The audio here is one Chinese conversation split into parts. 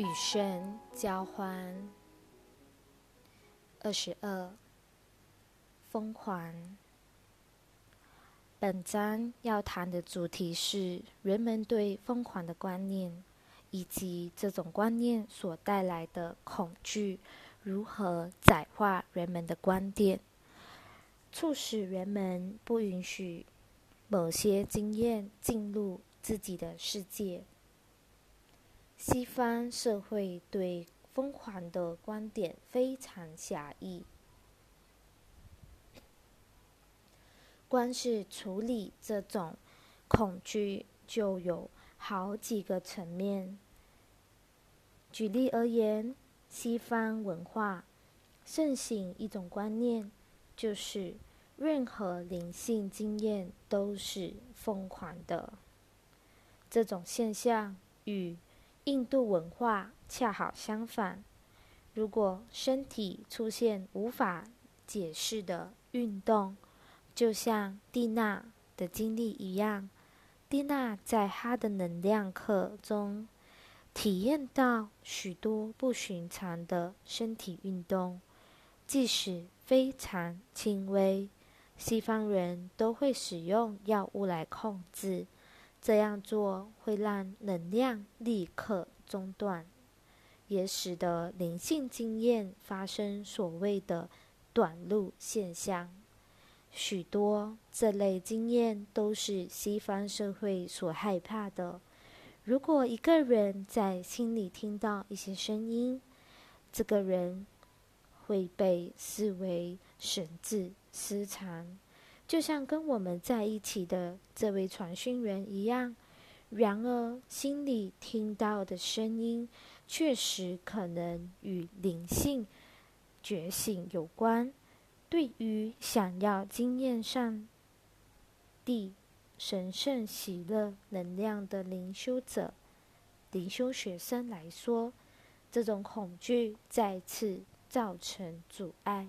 与神交欢。22. 疯狂。本章要谈的主题是人们对疯狂的观念，以及这种观念所带来的恐惧如何窄化人们的观点，促使人们不允许某些经验进入自己的世界。西方社会对疯狂的观点非常狭义，光是处理这种恐惧就有好几个层面。举例而言，西方文化盛行一种观念，就是任何灵性经验都是疯狂的。这种现象与印度文化恰好相反。如果身体出现无法解释的运动，就像蒂娜的经历一样，蒂娜在她的能量课中体验到许多不寻常的身体运动，即使非常轻微，西方人都会使用药物来控制。这样做会让能量立刻中断，也使得灵性经验发生所谓的短路现象。许多这类经验都是西方社会所害怕的。如果一个人在心里听到一些声音，这个人会被视为神志失常，就像跟我们在一起的这位传讯员一样。然而，心里听到的声音确实可能与灵性觉醒有关。对于想要经验上帝神圣喜乐能量的灵修者、灵修学生来说，这种恐惧再次造成阻碍。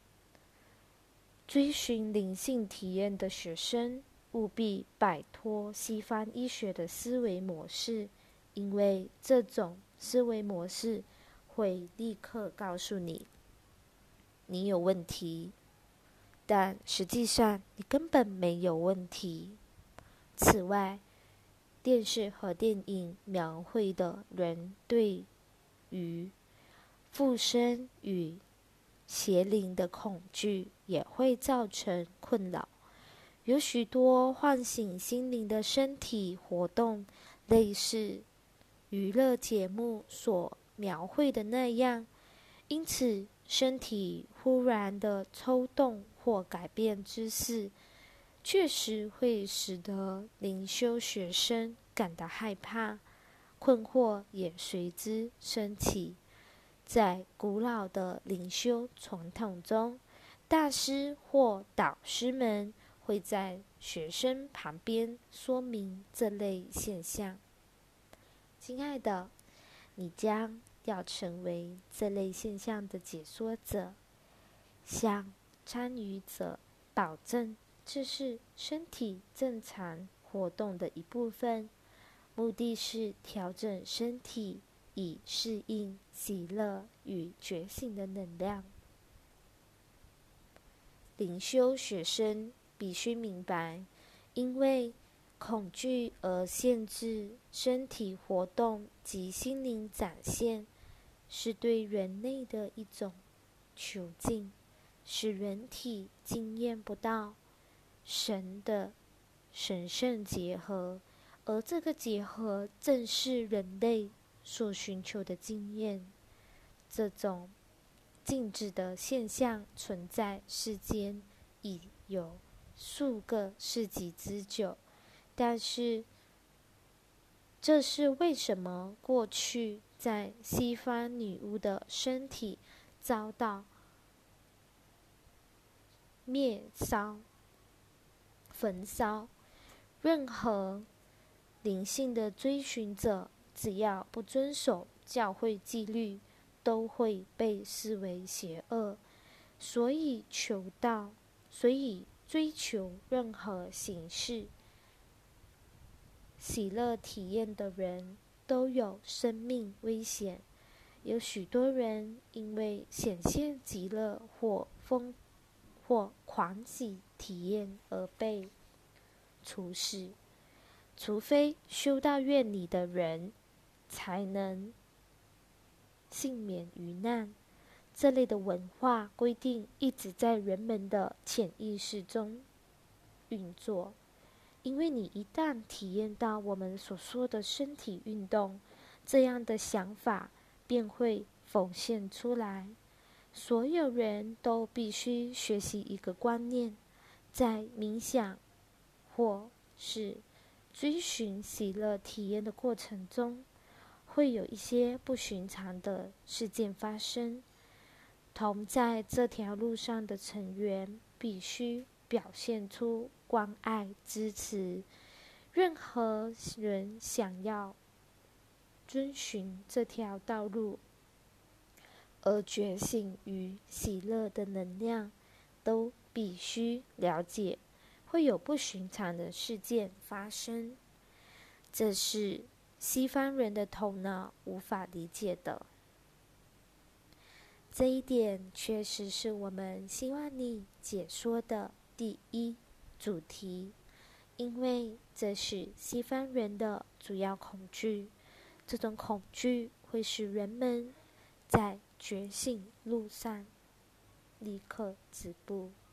追寻灵性体验的学生务必摆脱西方医学的思维模式，因为这种思维模式会立刻告诉你，你有问题，但实际上你根本没有问题。此外，电视和电影描绘的人对于附身与邪灵的恐惧也会造成困扰。有许多唤醒心灵的身体活动，类似娱乐节目所描绘的那样，因此身体忽然的抽动或改变姿势，确实会使得灵修学生感到害怕，困惑也随之升起。在古老的灵修传统中，大师或导师们会在学生旁边说明这类现象。亲爱的，你将要成为这类现象的解说者，向参与者保证这是身体正常活动的一部分，目的是调整身体以适应喜乐与觉醒的能量。灵修学生必须明白，因为恐惧而限制身体活动及心灵展现，是对人类的一种囚禁，使人体经验不到神的神圣结合，而这个结合正是人类所寻求的经验。这种静止的现象存在世间已有数个世纪之久，但是这是为什么过去在西方女巫的身体遭到灭烧、焚烧。任何灵性的追寻者，只要不遵守教会纪律，都会被视为邪恶。所以追求任何形式喜乐体验的人， 都有生命危险。有许多人因为显现极乐或狂喜体验而被处死，除非修到愿里的人才能幸免于难。这类的文化规定一直在人们的潜意识中运作，因为你一旦体验到我们所说的身体运动，这样的想法便会浮现出来。所有人都必须学习一个观念，在冥想或是追寻喜乐体验的过程中，会有一些不寻常的事件发生。同在这条路上的成员必须表现出关爱支持。任何人想要遵循这条道路而觉醒于喜乐的能量，都必须了解会有不寻常的事件发生。这是西方人的头脑无法理解的。这一点确实是我们希望你解说的第一主题，因为这是西方人的主要恐惧。这种恐惧会使人们在觉醒路上立刻止步。